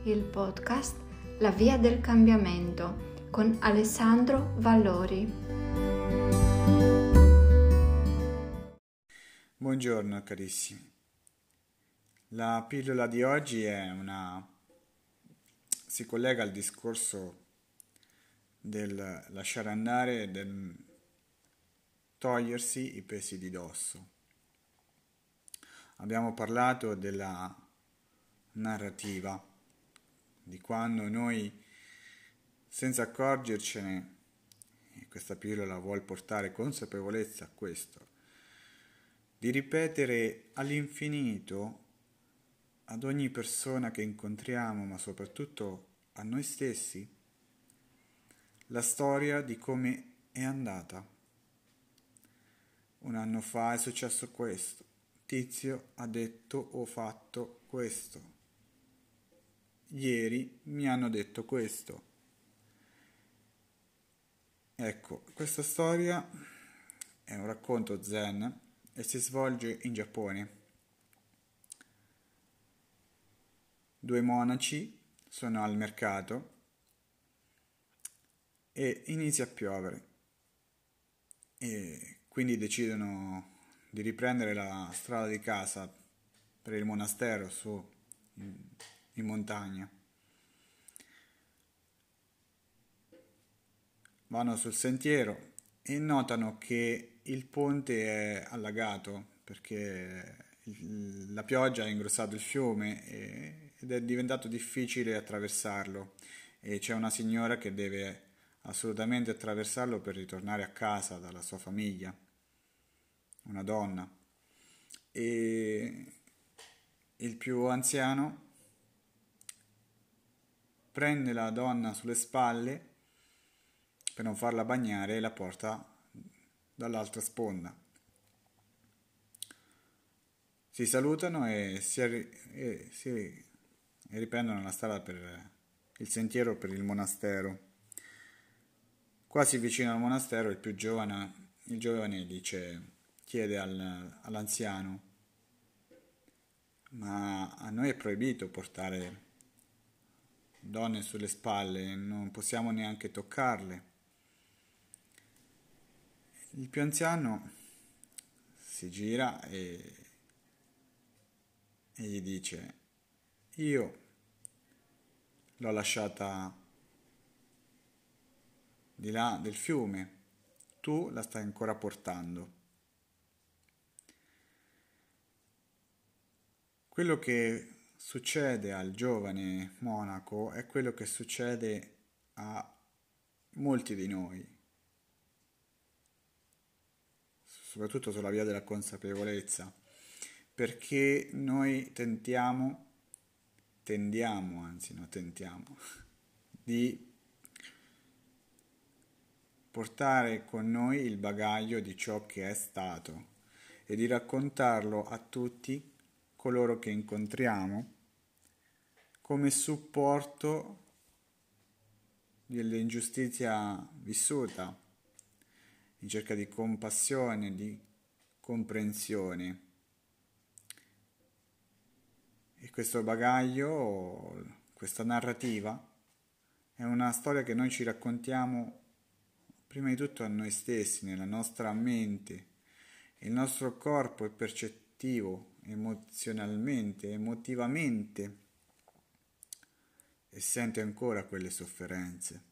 il podcast La Via del Cambiamento con Alessandro Vallori. Buongiorno carissimi. La pillola di oggi si collega al discorso del lasciare andare e del togliersi i pesi di dosso. Abbiamo parlato della narrativa, di quando noi, senza accorgercene, e questa pillola vuol portare consapevolezza a questo, di ripetere all'infinito ad ogni persona che incontriamo, ma soprattutto a noi stessi, la storia di come è andata. Un anno fa è successo questo, Tizio ha detto o fatto questo, ieri mi hanno detto questo. Ecco, questa storia è un racconto zen e si svolge in Giappone. Due monaci sono al mercato e inizia a piovere e quindi decidono di riprendere la strada di casa per il monastero su in montagna. Vanno sul sentiero e notano che il ponte è allagato perché la pioggia ha ingrossato il fiume ed è diventato difficile attraversarlo e c'è una signora che deve assolutamente attraversarlo per ritornare a casa dalla sua famiglia, una donna, e il più anziano prende la donna sulle spalle per non farla bagnare e la porta dall'altra sponda. Si salutano e riprendono la strada per il sentiero per il monastero. Quasi vicino al monastero il giovane chiede all'anziano: ma a noi è proibito portare donne sulle spalle, non possiamo neanche toccarle. Il più anziano si gira e gli dice: io l'ho lasciata di là del fiume, tu la stai ancora portando. Quello che succede al giovane monaco è quello che succede a molti di noi, soprattutto sulla via della consapevolezza, perché noi tentiamo di portare con noi il bagaglio di ciò che è stato e di raccontarlo a tutti coloro che incontriamo come supporto dell'ingiustizia vissuta, in cerca di compassione, di comprensione. E questo bagaglio, questa narrativa, è una storia che noi ci raccontiamo prima di tutto a noi stessi, nella nostra mente. Il nostro corpo è percettivo emozionalmente, emotivamente, e sente ancora quelle sofferenze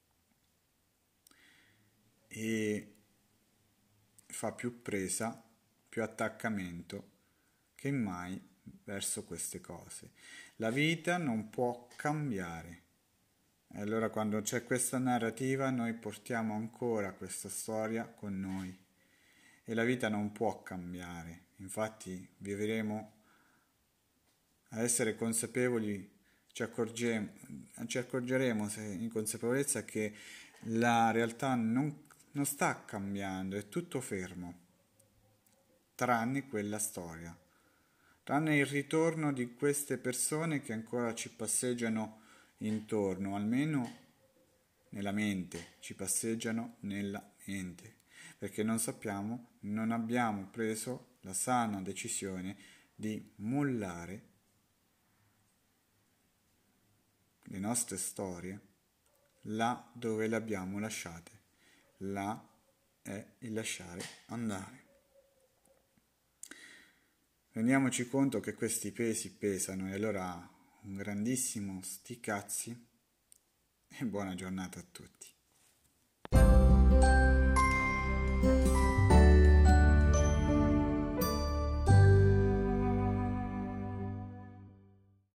e fa più presa, più attaccamento che mai verso queste cose. La vita non può cambiare. E allora quando c'è questa narrativa noi portiamo ancora questa storia con noi e la vita non può cambiare. Infatti vivremo a essere consapevoli, ci accorgeremo in consapevolezza che la realtà non sta cambiando, è tutto fermo, tranne quella storia, tranne il ritorno di queste persone che ancora ci passeggiano intorno, almeno nella mente, ci passeggiano nella mente, perché non abbiamo preso la sana decisione di mollare le nostre storie là dove le abbiamo lasciate. Là è il lasciare andare. Rendiamoci conto che questi pesi pesano, e allora un grandissimo sti cazzi e buona giornata a tutti.